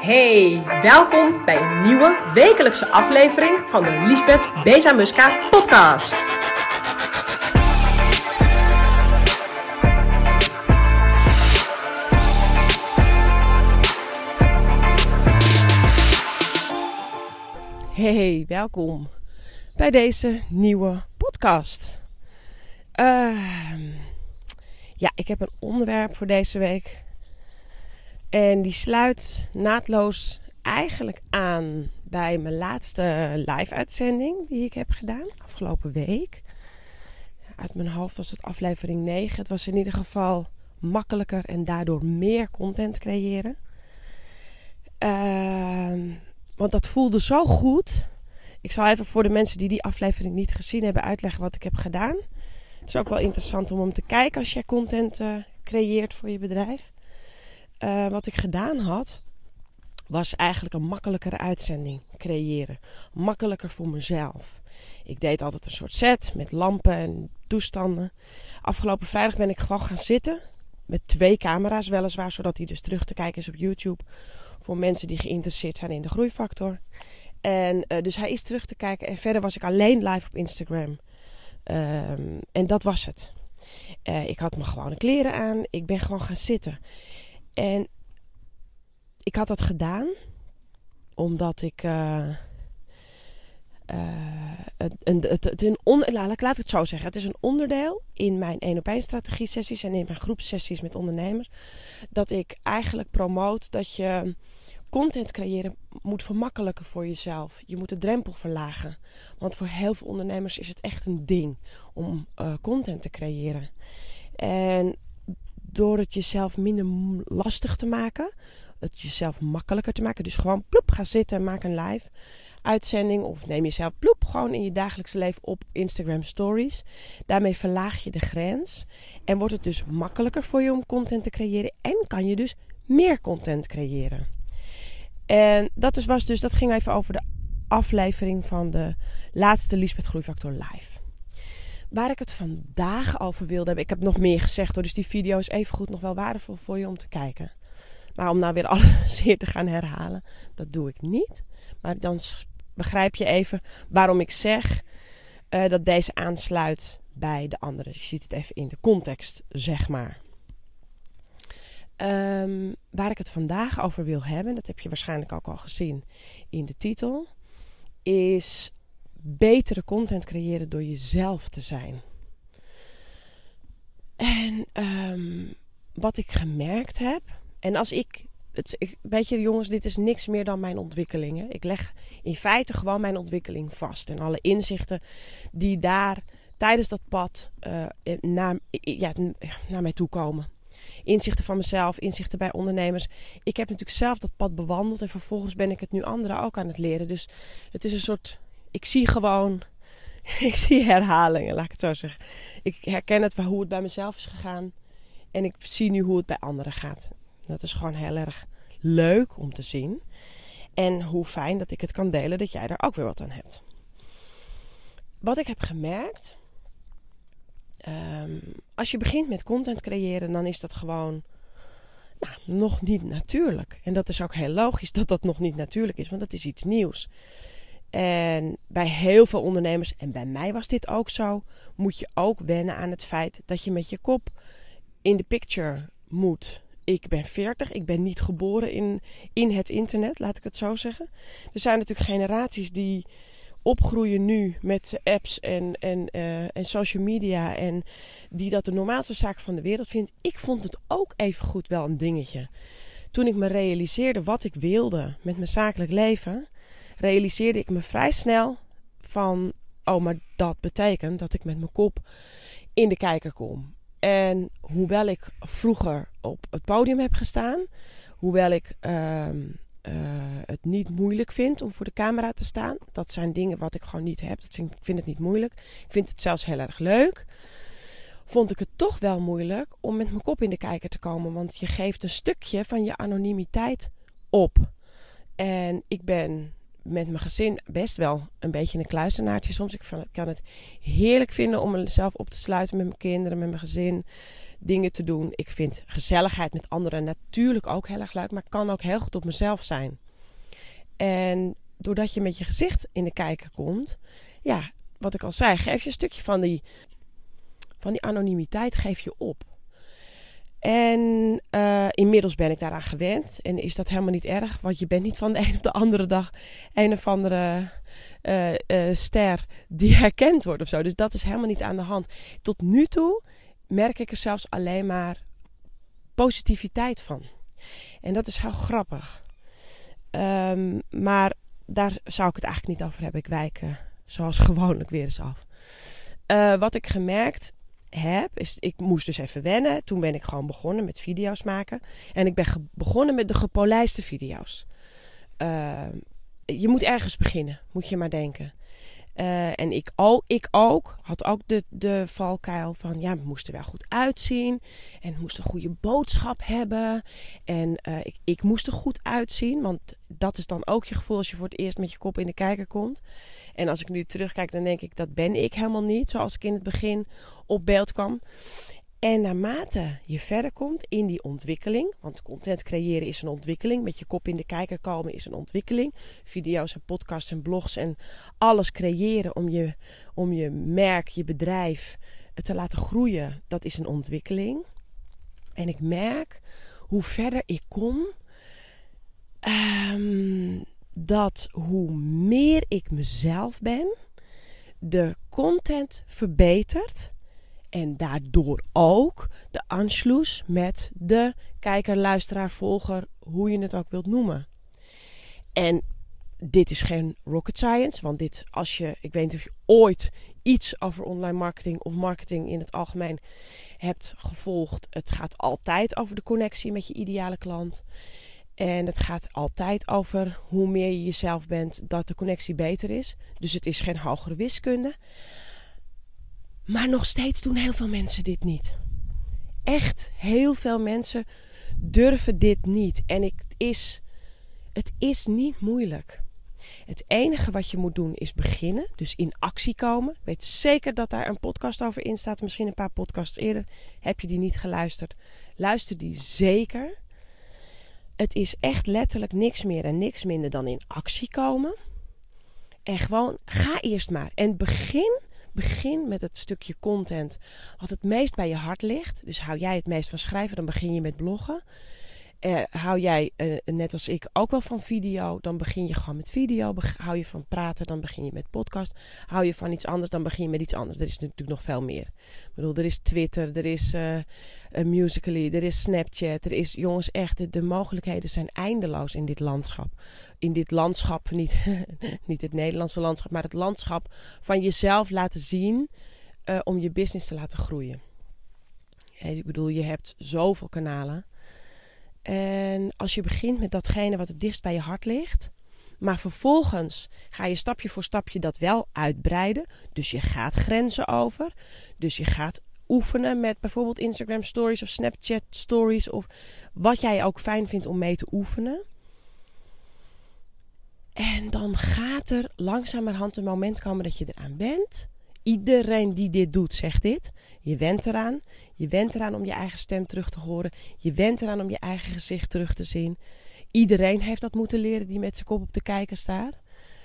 Hey, welkom bij een nieuwe wekelijkse aflevering van de Liesbeth Bezamuska podcast. Hey, welkom bij deze nieuwe podcast. Ik heb een onderwerp voor deze week. En die sluit naadloos eigenlijk aan bij mijn laatste live-uitzending die ik heb gedaan afgelopen week. Uit mijn hoofd was het aflevering 9. Het was in ieder geval makkelijker en daardoor meer content creëren. Want dat voelde zo goed. Ik zal even voor de mensen die aflevering niet gezien hebben uitleggen wat ik heb gedaan. Het is ook wel interessant om te kijken als jij content creëert voor je bedrijf. Wat ik gedaan had, was eigenlijk een makkelijkere uitzending creëren. Makkelijker voor mezelf. Ik deed altijd een soort set met lampen en toestanden. Afgelopen vrijdag ben ik gewoon gaan zitten. Met 2 camera's weliswaar, zodat die dus terug te kijken is op YouTube. Voor mensen die geïnteresseerd zijn in de groeifactor. En dus hij is terug te kijken. En verder was ik alleen live op Instagram. En dat was het. Ik had mijn gewone kleren aan. Ik ben gewoon gaan zitten. En ik had dat gedaan omdat ik laat ik het zo zeggen. Het is een onderdeel in mijn 1-op-1 strategie sessies en in mijn groepsessies met ondernemers. Dat ik eigenlijk promoot dat je content creëren moet vermakkelijken voor jezelf. Je moet de drempel verlagen. Want voor heel veel ondernemers is het echt een ding om content te creëren. En door het jezelf minder lastig te maken. Het jezelf makkelijker te maken. Dus gewoon ploep, ga zitten en maak een live uitzending. Of neem jezelf ploep gewoon in je dagelijkse leven op Instagram stories. Daarmee verlaag je de grens. En wordt het dus makkelijker voor je om content te creëren. En kan je dus meer content creëren. En dat ging even over de aflevering van de laatste Liesbeth Groeifactor live. Waar ik het vandaag over wilde hebben. Ik heb nog meer gezegd hoor. Dus die video is evengoed nog wel waardevol voor je om te kijken. Maar om nou weer alles weer te gaan herhalen. Dat doe ik niet. Maar dan begrijp je even waarom ik zeg dat deze aansluit bij de andere. Je ziet het even in de context, zeg maar. Waar ik het vandaag over wil hebben. Dat heb je waarschijnlijk ook al gezien in de titel. Is betere content creëren door jezelf te zijn. En wat ik gemerkt heb. En als weet je jongens, dit is niks meer dan mijn ontwikkeling. Hè? Ik leg in feite gewoon mijn ontwikkeling vast. En alle inzichten die daar tijdens dat pad naar mij toe komen. Inzichten van mezelf, inzichten bij ondernemers. Ik heb natuurlijk zelf dat pad bewandeld. En vervolgens ben ik het nu anderen ook aan het leren. Dus het is een soort. Ik zie herhalingen, laat ik het zo zeggen. Ik herken hoe het bij mezelf is gegaan. En ik zie nu hoe het bij anderen gaat. Dat is gewoon heel erg leuk om te zien. En hoe fijn dat ik het kan delen, dat jij daar ook weer wat aan hebt. Wat ik heb gemerkt. Als je begint met content creëren, dan is dat gewoon nog niet natuurlijk. En dat is ook heel logisch dat dat nog niet natuurlijk is, want dat is iets nieuws. En bij heel veel ondernemers, en bij mij was dit ook zo, moet je ook wennen aan het feit dat je met je kop in de picture moet. Ik ben 40, ik ben niet geboren in het internet, laat ik het zo zeggen. Er zijn natuurlijk generaties die opgroeien nu met apps en social media en die dat de normaalste zaak van de wereld vindt. Ik vond het ook even goed wel een dingetje. Toen ik me realiseerde wat ik wilde met mijn zakelijk leven, realiseerde ik me vrij snel van, maar dat betekent dat ik met mijn kop in de kijker kom. En hoewel ik vroeger op het podium heb gestaan, hoewel ik het niet moeilijk vind om voor de camera te staan, dat zijn dingen wat ik gewoon niet heb. Ik vind het niet moeilijk. Ik vind het zelfs heel erg leuk. Vond ik het toch wel moeilijk om met mijn kop in de kijker te komen, want je geeft een stukje van je anonimiteit op. En ik ben met mijn gezin best wel een beetje een kluizenaartje soms. Ik kan het heerlijk vinden om mezelf op te sluiten met mijn kinderen, met mijn gezin. dingen te doen. Ik vind gezelligheid met anderen natuurlijk ook heel erg leuk. Maar ik kan ook heel goed op mezelf zijn. En doordat je met je gezicht in de kijker komt. Ja, wat ik al zei. Geef je een stukje van die anonimiteit geef je op. En inmiddels ben ik daaraan gewend. En is dat helemaal niet erg. Want je bent niet van de een op de andere dag een of andere ster die herkend wordt of zo. Dus dat is helemaal niet aan de hand. Tot nu toe merk ik er zelfs alleen maar positiviteit van. En dat is heel grappig. Maar daar zou ik het eigenlijk niet over hebben. Ik wijk zoals gewoonlijk weer eens af. Wat ik gemerkt heb, is ik moest dus even wennen. Toen ben ik gewoon begonnen met video's maken. En ik ben begonnen met de gepolijste video's. Je moet ergens beginnen, moet je maar denken. En ik ook had ook de valkuil van, ja, we moesten wel goed uitzien. En we moesten een goede boodschap hebben. En ik moest er goed uitzien. Want dat is dan ook je gevoel als je voor het eerst met je kop in de kijker komt. En als ik nu terugkijk, dan denk ik, dat ben ik helemaal niet. Zoals ik in het begin op beeld kwam. En naarmate je verder komt in die ontwikkeling, want content creëren is een ontwikkeling, met je kop in de kijker komen is een ontwikkeling. Video's en podcasts en blogs en alles creëren om je merk, je bedrijf te laten groeien, dat is een ontwikkeling. En ik merk hoe verder ik kom, dat hoe meer ik mezelf ben, de content verbetert. En daardoor ook de Anschluss met de kijker, luisteraar, volger, hoe je het ook wilt noemen. En dit is geen rocket science, want ik weet niet of je ooit iets over online marketing of marketing in het algemeen hebt gevolgd. Het gaat altijd over de connectie met je ideale klant. En het gaat altijd over hoe meer je jezelf bent, dat de connectie beter is. Dus het is geen hogere wiskunde. Maar nog steeds doen heel veel mensen dit niet. Echt, heel veel mensen durven dit niet. En het is niet moeilijk. Het enige wat je moet doen is beginnen. Dus in actie komen. Ik weet zeker dat daar een podcast over in staat. Misschien een paar podcasts eerder. Heb je die niet geluisterd? Luister die zeker. Het is echt letterlijk niks meer en niks minder dan in actie komen. En gewoon, ga eerst maar. En begin met het stukje content wat het meest bij je hart ligt. Dus hou jij het meest van schrijven, dan begin je met bloggen. Hou jij, net als ik, ook wel van video, dan begin je gewoon met video. Hou je van praten, dan begin je met podcast. Hou je van iets anders, dan begin je met iets anders. Er is natuurlijk nog veel meer. Ik bedoel, er is Twitter, er is Musical.ly, er is Snapchat. Er is, jongens, echt, de mogelijkheden zijn eindeloos in dit landschap. In dit landschap, niet het Nederlandse landschap, maar het landschap van jezelf laten zien om je business te laten groeien. Ik bedoel, je hebt zoveel kanalen. En als je begint met datgene wat het dichtst bij je hart ligt, maar vervolgens ga je stapje voor stapje dat wel uitbreiden. Dus je gaat grenzen over. Dus je gaat oefenen met bijvoorbeeld Instagram stories of Snapchat stories of wat jij ook fijn vindt om mee te oefenen. En dan gaat er langzamerhand een moment komen dat je eraan bent. Iedereen die dit doet, zegt dit. Je went eraan. Je went eraan om je eigen stem terug te horen. Je went eraan om je eigen gezicht terug te zien. Iedereen heeft dat moeten leren die met zijn kop op de kijker staat.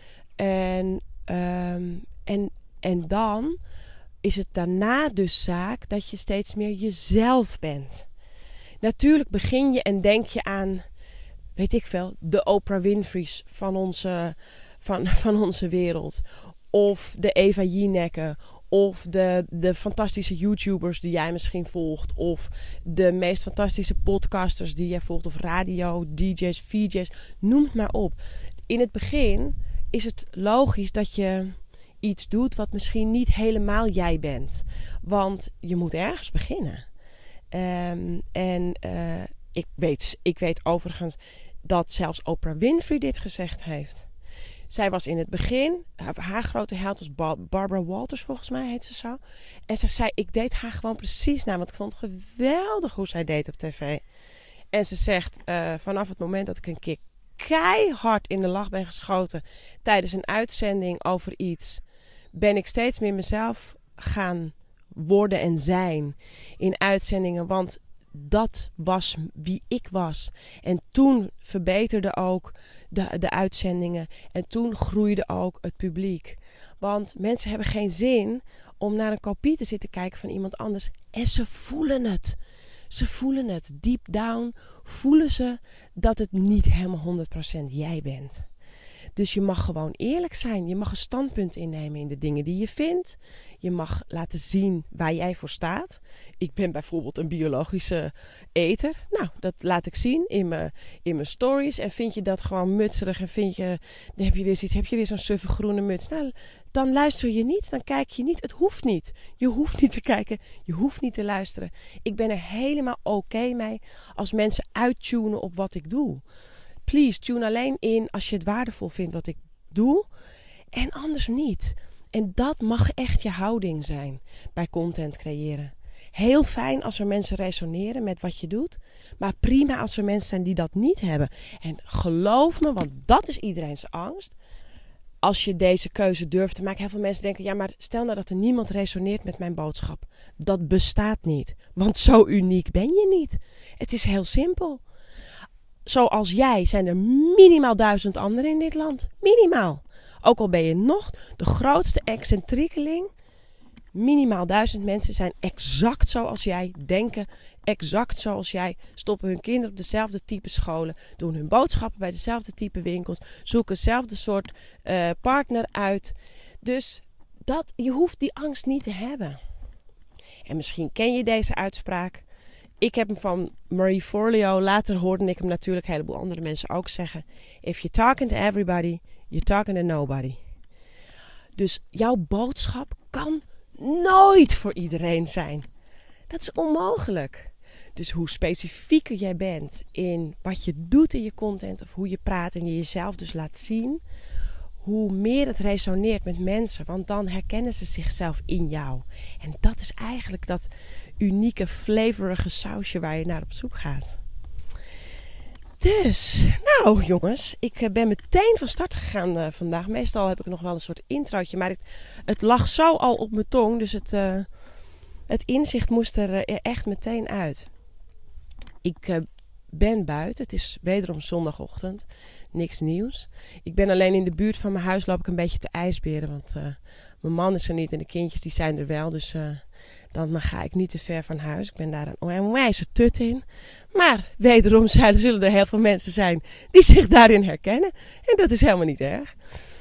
En dan is het daarna dus zaak dat je steeds meer jezelf bent. Natuurlijk begin je en denk je aan, weet ik veel, de Oprah Winfrey's van onze wereld. Of de Eva Jinek. Of de fantastische YouTubers die jij misschien volgt. Of de meest fantastische podcasters die jij volgt. Of radio, DJ's, VJ's. Noem het maar op. In het begin is het logisch dat je iets doet wat misschien niet helemaal jij bent. Want je moet ergens beginnen. Ik weet overigens dat zelfs Oprah Winfrey dit gezegd heeft. Zij was in het begin, haar grote held was Barbara Walters, volgens mij heet ze zo. En ze zei, ik deed haar gewoon precies na, want ik vond het geweldig hoe zij deed op tv. En ze zegt, vanaf het moment dat ik een keer keihard in de lach ben geschoten tijdens een uitzending over iets, ben ik steeds meer mezelf gaan worden en zijn in uitzendingen. Want dat was wie ik was. En toen verbeterde ook de uitzendingen. En toen groeide ook het publiek. Want mensen hebben geen zin om naar een kopie te zitten kijken van iemand anders. En ze voelen het. Ze voelen het. Deep down voelen ze dat het niet helemaal 100% jij bent. Dus je mag gewoon eerlijk zijn. Je mag een standpunt innemen in de dingen die je vindt. Je mag laten zien waar jij voor staat. Ik ben bijvoorbeeld een biologische eter. Nou, dat laat ik zien in mijn stories. En vind je dat gewoon mutserig en dan heb je weer zo'n suffe groene muts. Nou, dan luister je niet, dan kijk je niet. Het hoeft niet. Je hoeft niet te kijken, je hoeft niet te luisteren. Ik ben er helemaal oké mee als mensen uittunen op wat ik doe. Please, tune alleen in als je het waardevol vindt wat ik doe. En anders niet. En dat mag echt je houding zijn bij content creëren. Heel fijn als er mensen resoneren met wat je doet. Maar prima als er mensen zijn die dat niet hebben. En geloof me, want dat is iedereen's angst. Als je deze keuze durft te maken. Heel veel mensen denken, ja, maar stel nou dat er niemand resoneert met mijn boodschap. Dat bestaat niet. Want zo uniek ben je niet. Het is heel simpel. Zoals jij zijn er minimaal 1000 anderen in dit land. Minimaal. Ook al ben je nog de grootste excentriekeling. Minimaal 1000 mensen zijn exact zoals jij. Denken exact zoals jij. Stoppen hun kinderen op dezelfde type scholen. Doen hun boodschappen bij dezelfde type winkels. Zoeken hetzelfde soort partner uit. Dus je hoeft die angst niet te hebben. En misschien ken je deze uitspraak. Ik heb hem van Marie Forleo. Later hoorde ik hem natuurlijk een heleboel andere mensen ook zeggen. If you're talking to everybody, you're talking to nobody. Dus jouw boodschap kan nooit voor iedereen zijn. Dat is onmogelijk. Dus hoe specifieker jij bent in wat je doet in je content of hoe je praat en je jezelf dus laat zien, hoe meer het resoneert met mensen. Want dan herkennen ze zichzelf in jou. En dat is eigenlijk dat unieke, flavorige sausje waar je naar op zoek gaat. Dus, nou jongens, ik ben meteen van start gegaan vandaag. Meestal heb ik nog wel een soort introotje, maar het lag zo al op mijn tong. Dus het inzicht moest er echt meteen uit. Ik ben buiten, het is wederom zondagochtend, niks nieuws. Ik ben alleen in de buurt van mijn huis, loop ik een beetje te ijsberen. Want mijn man is er niet en de kindjes die zijn er wel, dus dan ga ik niet te ver van huis. Ik ben daar een onwijze tut in. Maar wederom zullen er heel veel mensen zijn die zich daarin herkennen. En dat is helemaal niet erg.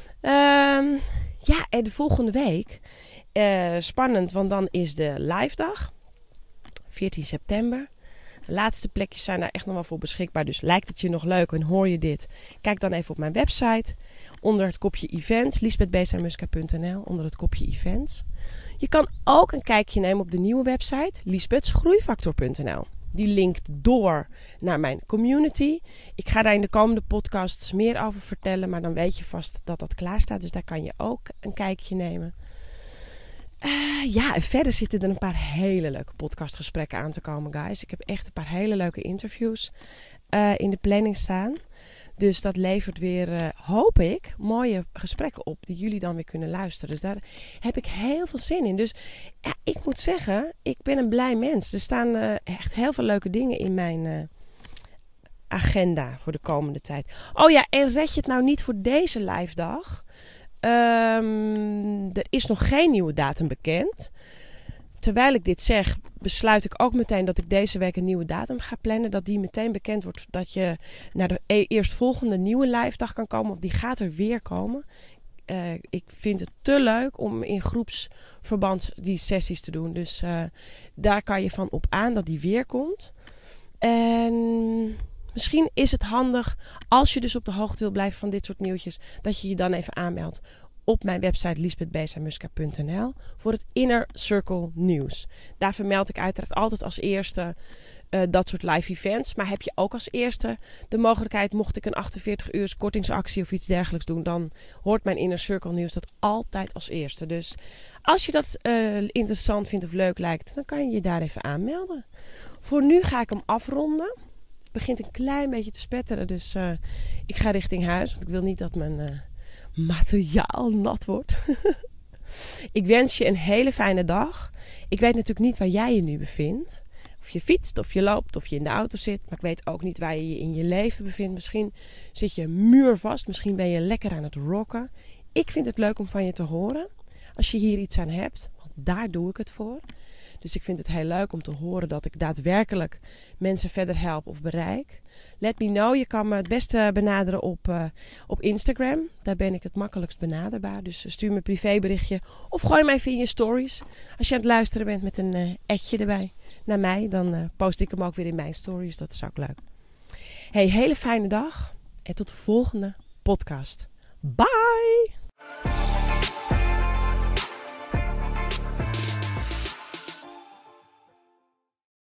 Ja, en de volgende week, spannend, want dan is de live dag. 14 september. De laatste plekjes zijn daar echt nog wel voor beschikbaar. Dus lijkt het je nog leuk en hoor je dit? Kijk dan even op mijn website. Onder het kopje events. liesbethbeesamuska.nl. Onder het kopje events. Je kan ook een kijkje nemen op de nieuwe website. liesbethsgroeifactor.nl. Die linkt door naar mijn community. Ik ga daar in de komende podcasts meer over vertellen. Maar dan weet je vast dat dat klaar staat. Dus daar kan je ook een kijkje nemen. Ja, en verder zitten er een paar hele leuke podcastgesprekken aan te komen, guys. Ik heb echt een paar hele leuke interviews in de planning staan. Dus dat levert weer, hoop ik, mooie gesprekken op die jullie dan weer kunnen luisteren. Dus daar heb ik heel veel zin in. Dus ja, ik moet zeggen, ik ben een blij mens. Er staan echt heel veel leuke dingen in mijn agenda voor de komende tijd. Oh ja, en red je het nou niet voor deze live dag? Er is nog geen nieuwe datum bekend. Terwijl ik dit zeg, besluit ik ook meteen dat ik deze week een nieuwe datum ga plannen. Dat die meteen bekend wordt, dat je naar de eerstvolgende nieuwe live dag kan komen. Of die gaat er weer komen. Ik vind het te leuk om in groepsverband die sessies te doen. Dus daar kan je van op aan dat die weer komt. En misschien is het handig, als je dus op de hoogte wil blijven van dit soort nieuwtjes, dat je je dan even aanmeldt op mijn website liesbethbeesamuska.nl voor het Inner Circle nieuws. Daar vermeld ik uiteraard altijd als eerste dat soort live events. Maar heb je ook als eerste de mogelijkheid, mocht ik een 48 uur kortingsactie of iets dergelijks doen, dan hoort mijn Inner Circle nieuws dat altijd als eerste. Dus als je dat interessant vindt of leuk lijkt, dan kan je je daar even aanmelden. Voor nu ga ik hem afronden. Het begint een klein beetje te spetteren, dus ik ga richting huis. Want ik wil niet dat mijn materiaal nat wordt. Ik wens je een hele fijne dag. Ik weet natuurlijk niet waar jij je nu bevindt. Of je fietst, of je loopt, of je in de auto zit. Maar ik weet ook niet waar je je in je leven bevindt. Misschien zit je muurvast. Misschien ben je lekker aan het rocken. Ik vind het leuk om van je te horen. Als je hier iets aan hebt. Want daar doe ik het voor. Dus ik vind het heel leuk om te horen dat ik daadwerkelijk mensen verder help of bereik. Let me know. Je kan me het beste benaderen op Instagram. Daar ben ik het makkelijkst benaderbaar. Dus stuur me een privéberichtje of gooi mij via je stories. Als je aan het luisteren bent met een etje erbij naar mij, dan post ik hem ook weer in mijn stories. Dat is ook leuk. Hey, hele fijne dag en tot de volgende podcast. Bye!